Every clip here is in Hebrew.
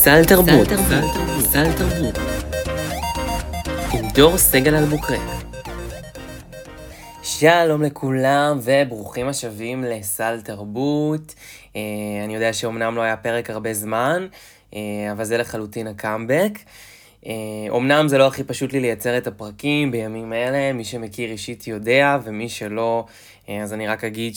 סל תרבות. סל תרבות. עם דור סגל אלבוקרק. שלום לכולם וברוכים השבים לסל תרבות. אני יודע שאומנם לא היה פרק הרבה זמן, אבל זה לחלוטין הקאמבק. אומנם זה לא הכי פשוט לי לייצר את הפרקים בימים אלה, מי שמכיר אישית יודע, ומי שלא, אז אני רק אגיד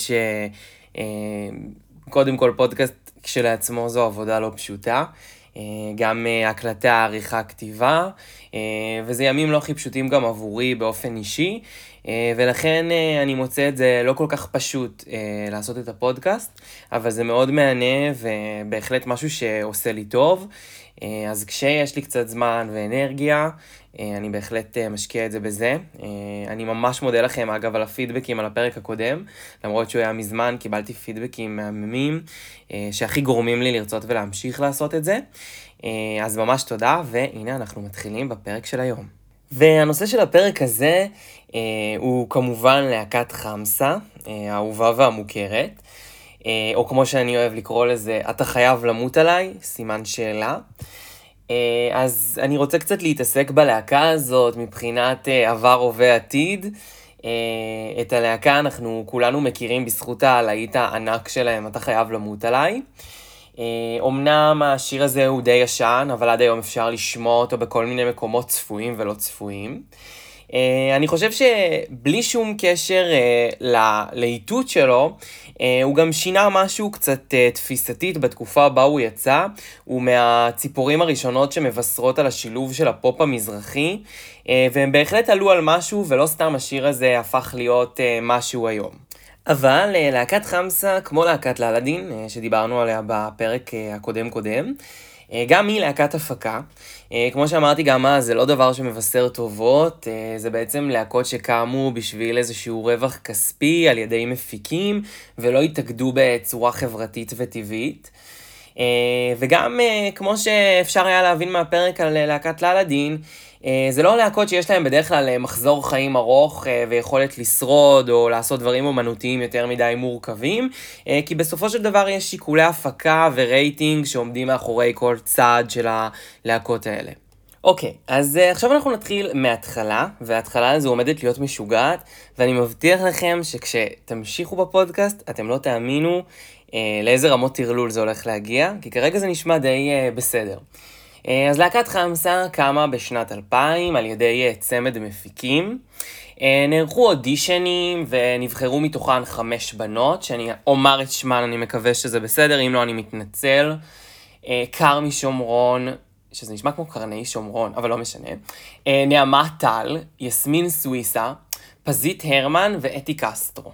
קודם כל פודקאסט כשלעצמו זו עבודה לא פשוטה, גם הקלטה, עריכה, כתיבה, וזה ימים לא הכי פשוטים גם עבורי באופן אישי, ולכן אני מוצא את זה לא כל כך פשוט לעשות את הפודקאסט, אבל זה מאוד מענה ובהחלט משהו שעושה לי טוב, אז כשיש לי קצת זמן ואנרגיה, אני בהחלט משקיע את זה בזה. אני ממש מודה לכם אגב על הפידבקים על הפרק הקודם, למרות שהוא היה מזמן, קיבלתי פידבקים מהממים, שהכי גורמים לי לרצות ולהמשיך לעשות את זה. אז ממש תודה, והנה אנחנו מתחילים בפרק של היום. והנושא של הפרק הזה הוא כמובן להקת חמסה, האהובה והמוכרת, או כמו שאני אוהב לקרוא לזה, אתה חייב למות עליי, סימן שאלה. אז אני רוצה קצת להתעסק בלהקה הזאת מבחינת עבר, הווה, עתיד. את הלהקה אנחנו כולנו מכירים בזכות הלהיט הענק שלהם, אתה חייב למות עליי. אמנם השיר הזה הוא די ישן, אבל עד היום אפשר לשמוע אותו בכל מיני מקומות צפויים ולא צפויים. אני חושב שבלי שום קשר ללהיטות שלו, הוא גם שינה משהו קצת תפיסתית בתקופה בה הוא יצא, הוא מהציפורים הראשונות שמבשרות על השילוב של הפופ המזרחי, והם בהחלט עלו על משהו, ולא סתם השיר הזה הפך להיות משהו היום. אבל להקת חמסה, כמו להקת לאלאדין, שדיברנו עליה בפרק הקודם, גם היא להקת הפקה. כמו שאמרתי גם זה לא דבר שמבשר טובות, זה בעצם להקות שקמו בשביל איזשהו רווח כספי על ידי מפיקים, ולא התאגדו בצורה חברתית וטבעית. וגם כמו שאפשר היה להבין מהפרק על להקת לאלאדין, זה לא להקות שיש להם בדרך כלל מחזור חיים ארוך ויכולת לשרוד או לעשות דברים אומנותיים יותר מדי מורכבים, כי בסופו של דבר יש שיקולי הפקה ורייטינג שעומדים מאחורי כל צעד של הלהקות האלה. אוקיי, אז עכשיו אנחנו נתחיל מההתחלה, וההתחלה הזו עומדת להיות משוגעת, ואני מבטיח לכם שכשתמשיכו בפודקאסט אתם לא תאמינו לאיזה רמות תרלול זה הולך להגיע, כי כרגע זה נשמע די בסדר. אז להקת חמסה קמה בשנת 2000 על ידי צמד מפיקים. נערכו אודישנים ונבחרו מתוכן 5 בנות, שאני אומר את שמן, אני מקווה שזה בסדר, אם לא אני מתנצל. קרמי שומרון, שזה נשמע כמו קרני שומרון, אבל לא משנה. נעמה טל, יסמין סוויסה, פזית הרמן ואתי קסטרו.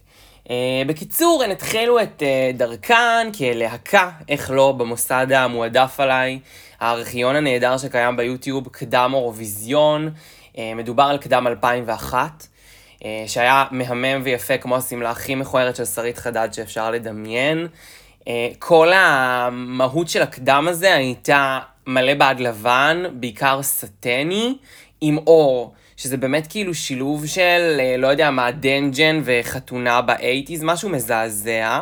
בקיצור, הן התחילו את דרכן כלהקה, איך לא, במוסד המועדף עליי, הארכיון הנהדר שקיים ביוטיוב, קדם אורוויזיון, מדובר על קדם 2001, שהיה מהמם ויפה כמו הסמלה הכי מכוערת של שרית חדד שאפשר לדמיין. כל המהות של הקדם הזה הייתה מלא בעד לבן, בעיקר סטני, עם אור, שזה באמת כאילו שילוב של, לא יודע מה, דנג'ן וחתונה ב-80s, משהו מזעזע.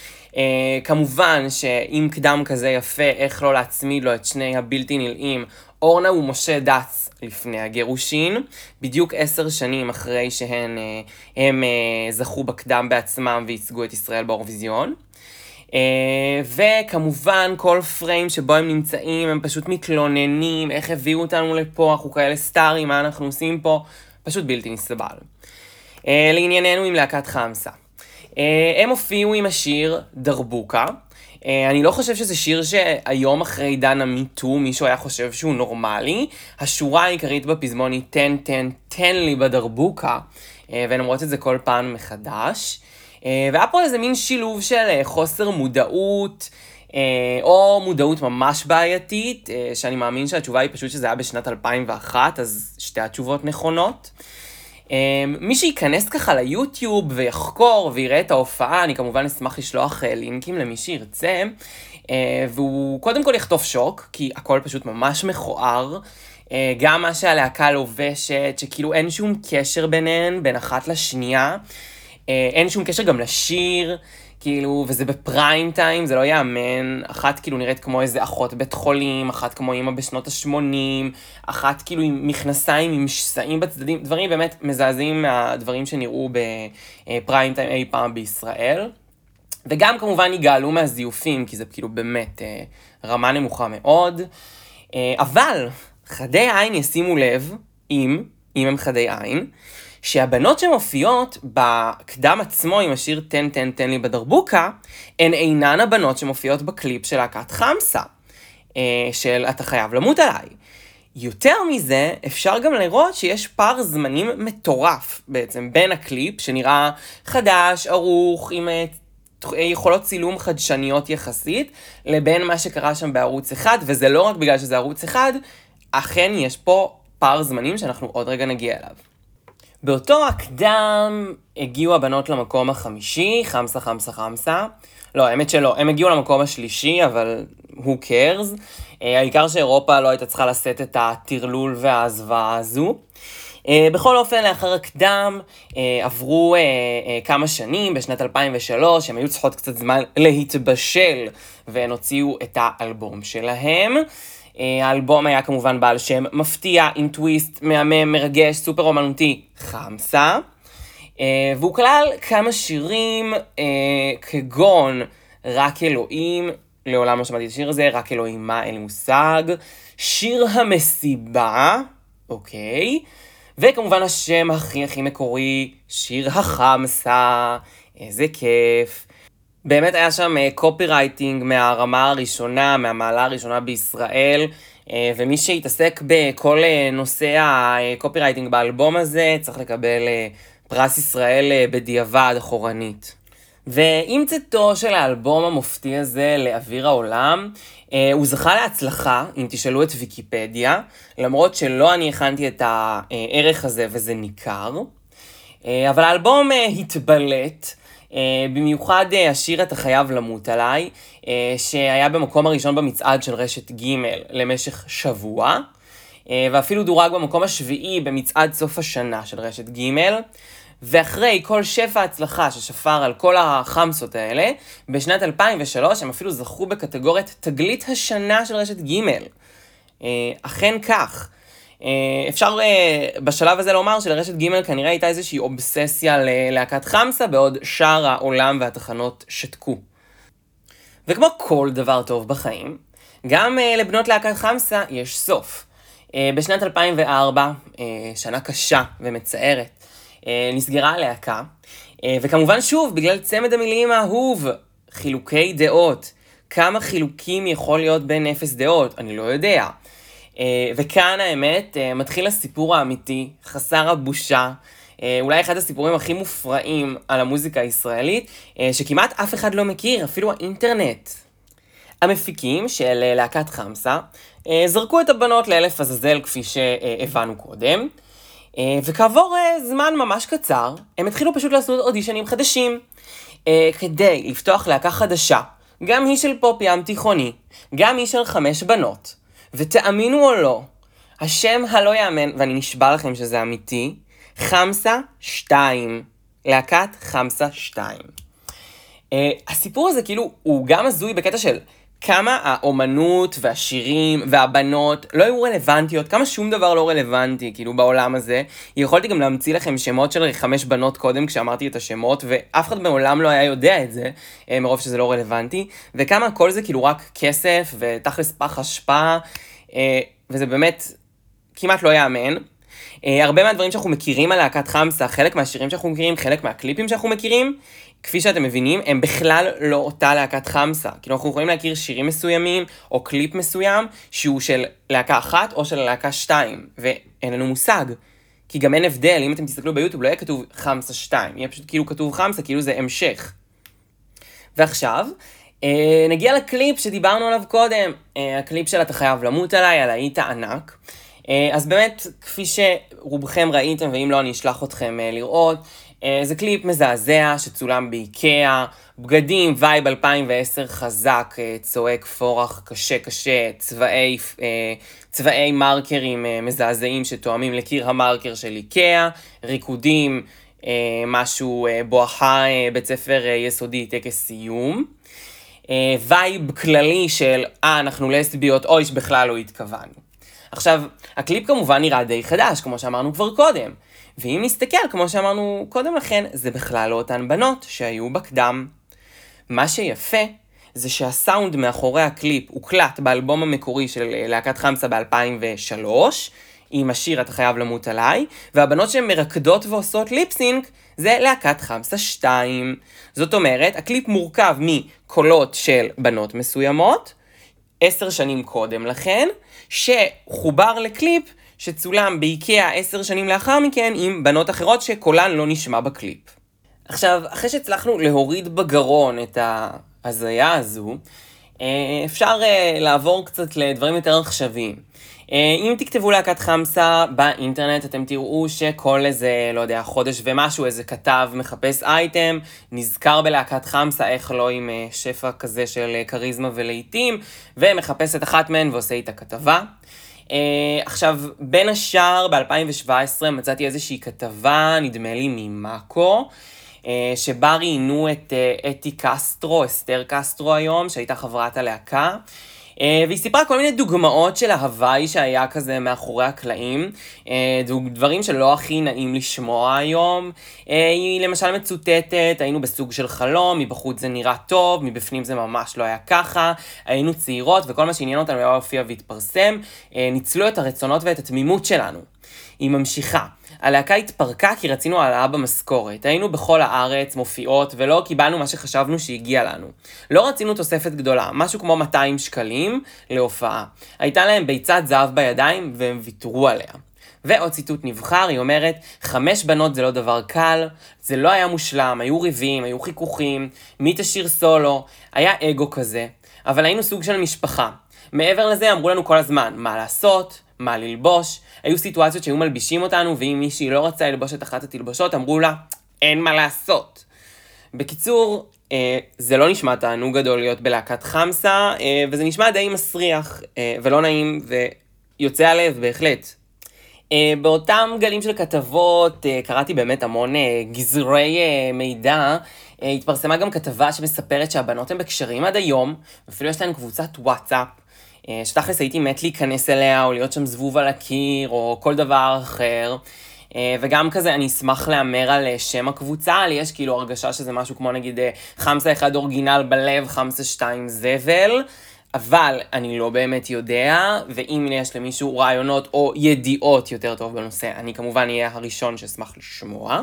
כמובן שאם קדם כזה יפה, איך לא להצמיד לו את שני הבלתי נלאים, אורנה ומשה דץ לפני הגירושין, בדיוק 10 שנים אחרי שהם זכו בקדם בעצמם וייצגו את ישראל באירוויזיון. וכמובן כל פריים שבו הם נמצאים הם פשוט מתלוננים, איך הביאו אותנו לפה, אנחנו כאלה סטארים, מה אנחנו עושים פה, פשוט בלתי נסבל. לענייננו עם להקת חמסה, הם הופיעו עם השיר דרבוקה. אני לא חושב שזה שיר שהיום אחרי עידן המיטו מישהו היה חושב שהוא נורמלי. השורה העיקרית בפזמון היא תן לי בדרבוקה, והן אומרות את זה כל פעם מחדש. והיה פה איזה מין שילוב של חוסר מודעות, או מודעות ממש בעייתית, שאני מאמין שהתשובה היא פשוט שזה היה בשנת 2001, אז שתי התשובות נכונות. מי שייכנס ככה ליוטיוב ויחקור ויראה את ההופעה, אני כמובן אשמח לשלוח לינקים למי שירצה, והוא קודם כל יחטוף שוק, כי הכל פשוט ממש מכוער, גם מה שהלהקה לובשת, שכאילו אין שום קשר ביניהן, בין אחת לשנייה, אין שום קשר גם לשיר, כאילו, וזה בפריים טיים, זה לא יאמן, אחת כאילו נראית כמו איזה אחות בית חולים, אחת כמו אמא בשנות ה-80, אחת כאילו עם מכנסיים, עם שסעים בצדדים, דברים באמת מזעזעים מהדברים שנראו בפריים טיים אי פעם בישראל. וגם כמובן יגאלו מהזיופים, כי זה כאילו באמת רמה נמוכה מאוד. אבל חדי עין ישימו לב, אם הם חדי עין, שהבנות שמופיעות בקדם עצמו עם השיר תן תן תן לי בדרבוקה, הן אינן הבנות שמופיעות בקליפ של להקת חמסה, של אתה חייב למות עליי. יותר מזה, אפשר גם לראות שיש פער זמנים מטורף בעצם בין הקליפ, שנראה חדש, ערוך, עם יכולות צילום חדשניות יחסית, לבין מה שקרה שם בערוץ אחד, וזה לא רק בגלל שזה ערוץ אחד, אכן יש פה פער זמנים שאנחנו עוד רגע נגיע אליו. באותו הקדם הגיעו הבנות למקום החמישי, חמסה, חמסה, חמסה. לא, האמת שלא, הם הגיעו למקום השלישי, אבל who cares? העיקר שאירופה לא הייתה צריכה לשאת את הטרלול והזוועה הזו. בכל אופן, לאחר הקדם, עברו כמה שנים, בשנת 2003, הם היו צריכות קצת זמן להתבשל, והן הוציאו את האלבום שלהם. האלבום היה כמובן בעל שם מפתיע, עם טוויסט, מהמם, מרגש, סופר אומנותי, חמסה. והוא כלל כמה שירים כגון רק אלוהים, לעולם לא שמעתי את השיר הזה, רק אלוהים מה, אין לי מושג, שיר המסיבה, אוקיי, וכמובן השם הכי מקורי, שיר החמסה, איזה כיף. באמת היה שם קופי רייטינג מהרמה הראשונה, מהמעלה הראשונה בישראל, ומי שהתעסק בכל נושא הקופי רייטינג באלבום הזה, צריך לקבל פרס ישראל בדיעבד אחורנית. ועם צאתו של האלבום המופתי הזה לאוויר העולם, הוא זכה להצלחה, אם תשאלו את ויקיפדיה, למרות שלא אני הכנתי את הערך הזה וזה ניכר. אבל האלבום התבלט, במיוחד השיר אתה חייב למות עליי, שהיה במקום הראשון במצעד של רשת ג' למשך שבוע, ואפילו דורג במקום השביעי במצעד סוף השנה של רשת ג', ואחרי כל שפע הצלחה ששפר על כל החמסות האלה, בשנת 2003 הם אפילו זכו בקטגוריית תגלית השנה של רשת ג'. אכן כך. אפשר בשלב הזה לומר שלרשת ג' כנראה הייתה איזושהי אובססיה ללהקת חמסה, בעוד שאר העולם והתחנות שתקו. וכמו כל דבר טוב בחיים, גם לבנות להקת חמסה יש סוף. בשנת 2004, שנה קשה ומצערת, נסגרה הלהקה, וכמובן שוב, בגלל צמד המילים האהוב, חילוקי דעות. כמה חילוקים יכול להיות בין אפס דעות? אני לא יודע. וכאן האמת, מתחיל הסיפור האמיתי, חסר הבושה, אולי אחד הסיפורים הכי מופרעים על המוזיקה הישראלית, שכמעט אף אחד לא מכיר, אפילו האינטרנט. המפיקים של להקת חמסה זרקו את הבנות לאלף עזאזל כפי שהבנו קודם, וכעבור זמן ממש קצר, הם התחילו פשוט לעשות אודישנים חדשים, כדי לפתוח להקה חדשה, גם היא של פופ ים תיכוני, גם היא של 5 בנות. ותאמינו או לא, השם הלא יאמן, ואני נשבע לכם שזה אמיתי, חמסה 2. להקת חמסה 2. הסיפור הזה כאילו הוא גם הזוי בקטע של כמה האומנות והשירים והבנות לא היו רלוונטיות, כמה שום דבר לא רלוונטי כאילו בעולם הזה. יכולתי גם להמציא לכם שמות של 5 בנות קודם כשאמרתי את השמות, ואף אחד מעולם לא היה יודע את זה, מרוב שזה לא רלוונטי, וכמה כל זה כאילו רק כסף ותכלס פח אשפה, וזה באמת כמעט לא יאמן. הרבה מהדברים שאנחנו מכירים על להקת חמסה, חלק מהשירים שאנחנו מכירים, חלק מהקליפים שאנחנו מכירים, כפי שאתם מבינים, הם בכלל לא אותה להקת חמסה. כאילו אנחנו יכולים להכיר שירים מסוימים, או קליפ מסוים, שהוא של להקה אחת או של להקה 2, ואין לנו מושג. כי גם אין הבדל, אם אתם תסתכלו ביוטיוב, לא יהיה כתוב חמסה 2, יהיה פשוט כאילו כתוב חמסה, כאילו זה המשך. ועכשיו, נגיע לקליפ שדיברנו עליו קודם, הקליפ של אתה חייב למות עליי, על האית הענק. אז באמת, כפי שרובכם ראיתם, ואם לא אני אשלח אתכם לראות, זה קליפ מזעזע שצולם באיקאה, בגדים, וייב 2010 חזק, צועק פורח קשה, צבעי מרקרים מזעזעים שתואמים לקיר המרקר של איקאה, ריקודים משהו בואכה בית ספר יסודי, טקס סיום. וייב כללי של, אנחנו לסביות, אוי, שבכלל לא התכוונו. עכשיו, הקליפ כמובן נראה די חדש, כמו שאמרנו כבר קודם. ואם נסתכל, כמו שאמרנו קודם לכן, זה בכלל לא אותן בנות שהיו בקדם. מה שיפה זה שהסאונד מאחורי הקליפ הוקלט באלבום המקורי של להקת חמסה ב-2003, עם השיר אתה חייב למות עליי, והבנות שהן מרקדות ועושות ליפסינק זה להקת חמסה 2. זאת אומרת, הקליפ מורכב מקולות של בנות מסוימות, 10 שנים קודם לכן, שחובר לקליפ שצולם באיקאה 10 שנים לאחר מכן עם בנות אחרות שקולן לא נשמע בקליפ. עכשיו, אחרי שהצלחנו להוריד בגרון את ההזיה הזו, אפשר לעבור קצת לדברים יותר עכשוויים. אם תכתבו להקת חמסה באינטרנט, אתם תראו שכל איזה, לא יודע, חודש ומשהו, איזה כתב מחפש אייטם, נזכר בלהקת חמסה, איך לא, עם שפע כזה של קריזמה ולעיתים, ומחפש את אחת מהן ועושה איתה כתבה. עכשיו, בין השאר, ב-2017 מצאתי איזושהי כתבה, נדמה לי ממאקו, שבה ראיינו את אתי קסטרו, אסתר קסטרו היום, שהייתה חברת הלהקה, והיא סיפרה כל מיני דוגמאות של ההוואי שהיה כזה מאחורי הקלעים, דברים שלא הכי נעים לשמוע היום. היא למשל מצוטטת, היינו בסוג של חלום, מבחוץ זה נראה טוב, מבפנים זה ממש לא היה ככה, היינו צעירות וכל מה שעניין אותנו היה להופיע והתפרסם, ניצלו את הרצונות ואת התמימות שלנו. היא ממשיכה. הלהקה התפרקה כי רצינו העלאה במשכורת. היינו בכל הארץ, מופיעות, ולא קיבלנו מה שחשבנו שהגיע לנו. לא רצינו תוספת גדולה, משהו כמו 200 שקלים להופעה. הייתה להם ביצת זהב בידיים והם ויתרו עליה. ועוד ציטוט נבחר, היא אומרת, 5 בנות זה לא דבר קל, זה לא היה מושלם, היו ריבים, היו חיכוכים, מי תשיר סולו, היה אגו כזה, אבל היינו סוג של משפחה. מעבר לזה אמרו לנו כל הזמן, מה לעשות, מה ללבוש, היו סיטואציות שהיו מלבישים אותנו, ואם מישהי לא רצה ללבוש את אחת התלבושות, אמרו לה, אין מה לעשות. בקיצור, זה לא נשמע תענוג גדול להיות בלהקת חמסה, וזה נשמע די מסריח, ולא נעים, ויוצא הלב בהחלט. באותם גלים של כתבות, קראתי באמת המון גזרי מידע, התפרסמה גם כתבה שמספרת שהבנות הן בקשרים עד היום, ואפילו יש להן קבוצת וואטסאפ, שתכלס הייתי מת להיכנס אליה, או להיות שם זבוב על הקיר, או כל דבר אחר. וגם כזה, אני אשמח לאמר על שם הקבוצה, לי יש כאילו הרגשה שזה משהו כמו נגיד חמסה 1 אורגינל בלב, חמסה 2 זבל, אבל אני לא באמת יודע, ואם יש למישהו רעיונות או ידיעות יותר טוב בנושא, אני כמובן אהיה הראשון שאשמח לשמוע.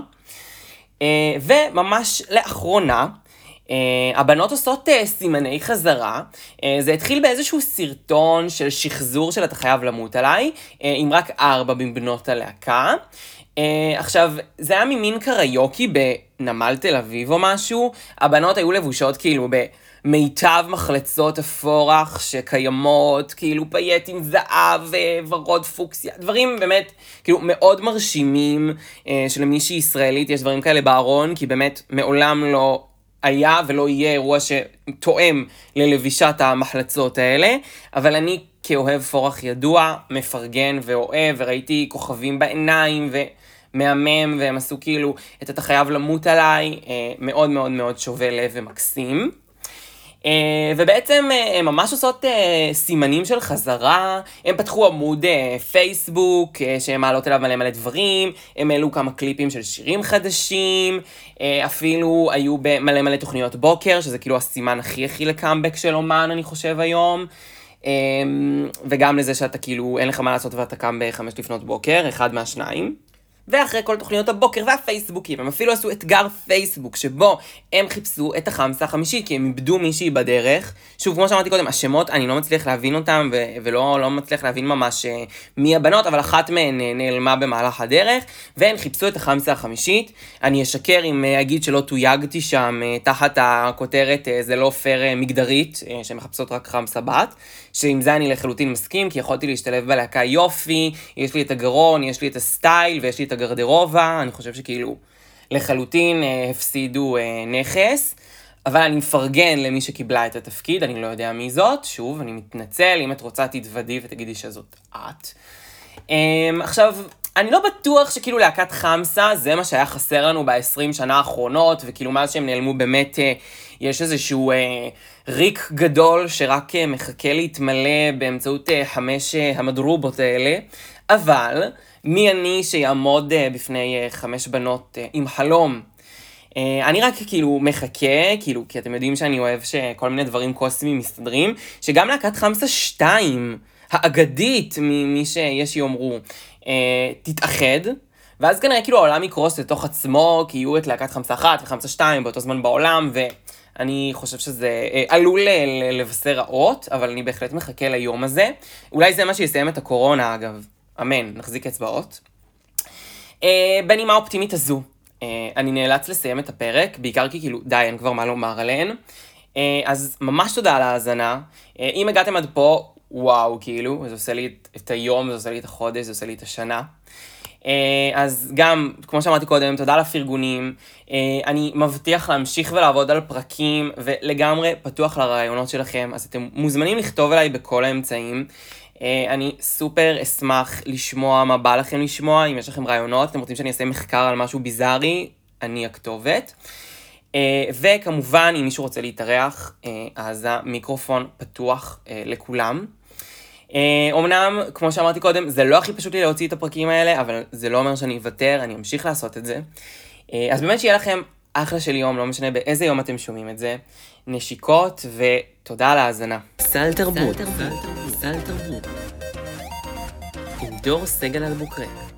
וממש לאחרונה, הבנות עושות סימני חזרה, זה התחיל באיזשהו סרטון של שחזור של אתה חייב למות עליי, עם רק 4 מבנות הלהקה. עכשיו, זה היה ממין קריוקי בנמל תל אביב או משהו, הבנות היו לבושות כאילו במיטב מחלצות הפורח שקיימות, כאילו פייט עם זהב ורוד פוקסיה, דברים באמת כאילו מאוד מרשימים, שלמישהי ישראלית יש דברים כאלה בארון, כי באמת מעולם לא היה ולא יהיה אירוע שתואם ללבישת המחלצות האלה, אבל אני כאוהב פורח ידוע, מפרגן ואוהב, וראיתי כוכבים בעיניים ומהמם, והם עשו כאילו את אתה חייב למות עליי, מאוד מאוד מאוד שווה לב ומקסים. ובעצם הם ממש עושות סימנים של חזרה, הם פתחו עמוד פייסבוק שהם מעלות אליו מלא מלא דברים, הם העלו כמה קליפים של שירים חדשים, אפילו היו במלא מלא תוכניות בוקר, שזה כאילו הסימן הכי לקאמבק של אומן אני חושב היום, וגם לזה שאתה כאילו אין לך מה לעשות ואתה קם ב5 לפנות בוקר, אחד מהשניים. ואחרי כל תוכניות הבוקר והפייסבוקים, הם אפילו עשו אתגר פייסבוק, שבו הם חיפשו את החמסה החמישית, כי הם איבדו מישהי בדרך. שוב, כמו שאמרתי קודם, השמות, אני לא מצליח להבין אותם, ולא מצליח להבין ממש מי הבנות, אבל אחת מהן נעלמה במהלך הדרך, והם חיפשו את החמסה החמישית. אני אשקר אם אגיד שלא תויגתי שם, תחת הכותרת, זה לא פייר מגדרית, שמחפשות רק חמסה בת, שעם זה אני לחלוטין מסכים, כי יכולתי להשתלב בלהקה יופי, יש לי את הגרון, יש לי את הסטייל, ויש לי את הגרדרובה, אני חושב שכאילו לחלוטין הפסידו נכס, אבל אני מפרגן למי שקיבלה את התפקיד, אני לא יודע מי זאת, שוב, אני מתנצל, אם את רוצה תתוודי ותגידי שזאת את. עכשיו, אני לא בטוח שכאילו להקת חמסה, זה מה שהיה חסר לנו ב-20 שנה האחרונות, וכאילו מאז שהם נעלמו באמת יש איזשהו ריק גדול שרק מחכה להתמלא באמצעות 5 המדרובות האלה, אבל מי אני שיעמוד בפני 5 בנות עם חלום? אני רק כאילו מחכה, כאילו, כי אתם יודעים שאני אוהב שכל מיני דברים קוסמיים מסתדרים, שגם להקת חמסה 2, האגדית ממי שיש יאמרו, תתאחד, ואז כנראה כאילו העולם יקרוס לתוך עצמו, כי יהיו את להקת חמסה 1 וחמסה 2 באותו זמן בעולם, ואני חושב שזה עלול לבשר רעות, אבל אני בהחלט מחכה ליום הזה. אולי זה מה שיסיים את הקורונה אגב, אמן, נחזיק אצבעות. בנימה האופטימית הזו, אני נאלץ לסיים את הפרק, בעיקר כי כאילו די, אין כבר מה לומר עליהן. אז ממש תודה על ההאזנה. אם הגעתם עד פה, וואו, כאילו, זה עושה לי את היום, זה עושה לי את החודש, זה עושה לי את השנה. אז גם, כמו שאמרתי קודם, תודה על הפרגונים. אני מבטיח להמשיך ולעבוד על פרקים, ולגמרי פתוח לרעיונות שלכם, אז אתם מוזמנים לכתוב אליי בכל האמצעים. אני סופר אשמח לשמוע מה בא לכם לשמוע, אם יש לכם רעיונות, אתם רוצים שאני אעשה מחקר על משהו ביזארי, אני הכתובת. וכמובן, אם מישהו רוצה להתארח, אז המיקרופון פתוח לכולם. אמנם, כמו שאמרתי קודם, זה לא הכי פשוט לי להוציא את הפרקים האלה, אבל זה לא אומר שאני אוותר, אני אמשיך לעשות את זה. אז באמת שיהיה לכם אחלה של יום, לא משנה באיזה יום אתם שומעים את זה. נשיקות ותודה על ההאזנה. סל תרבות. עם דור סגל אלבוקרק.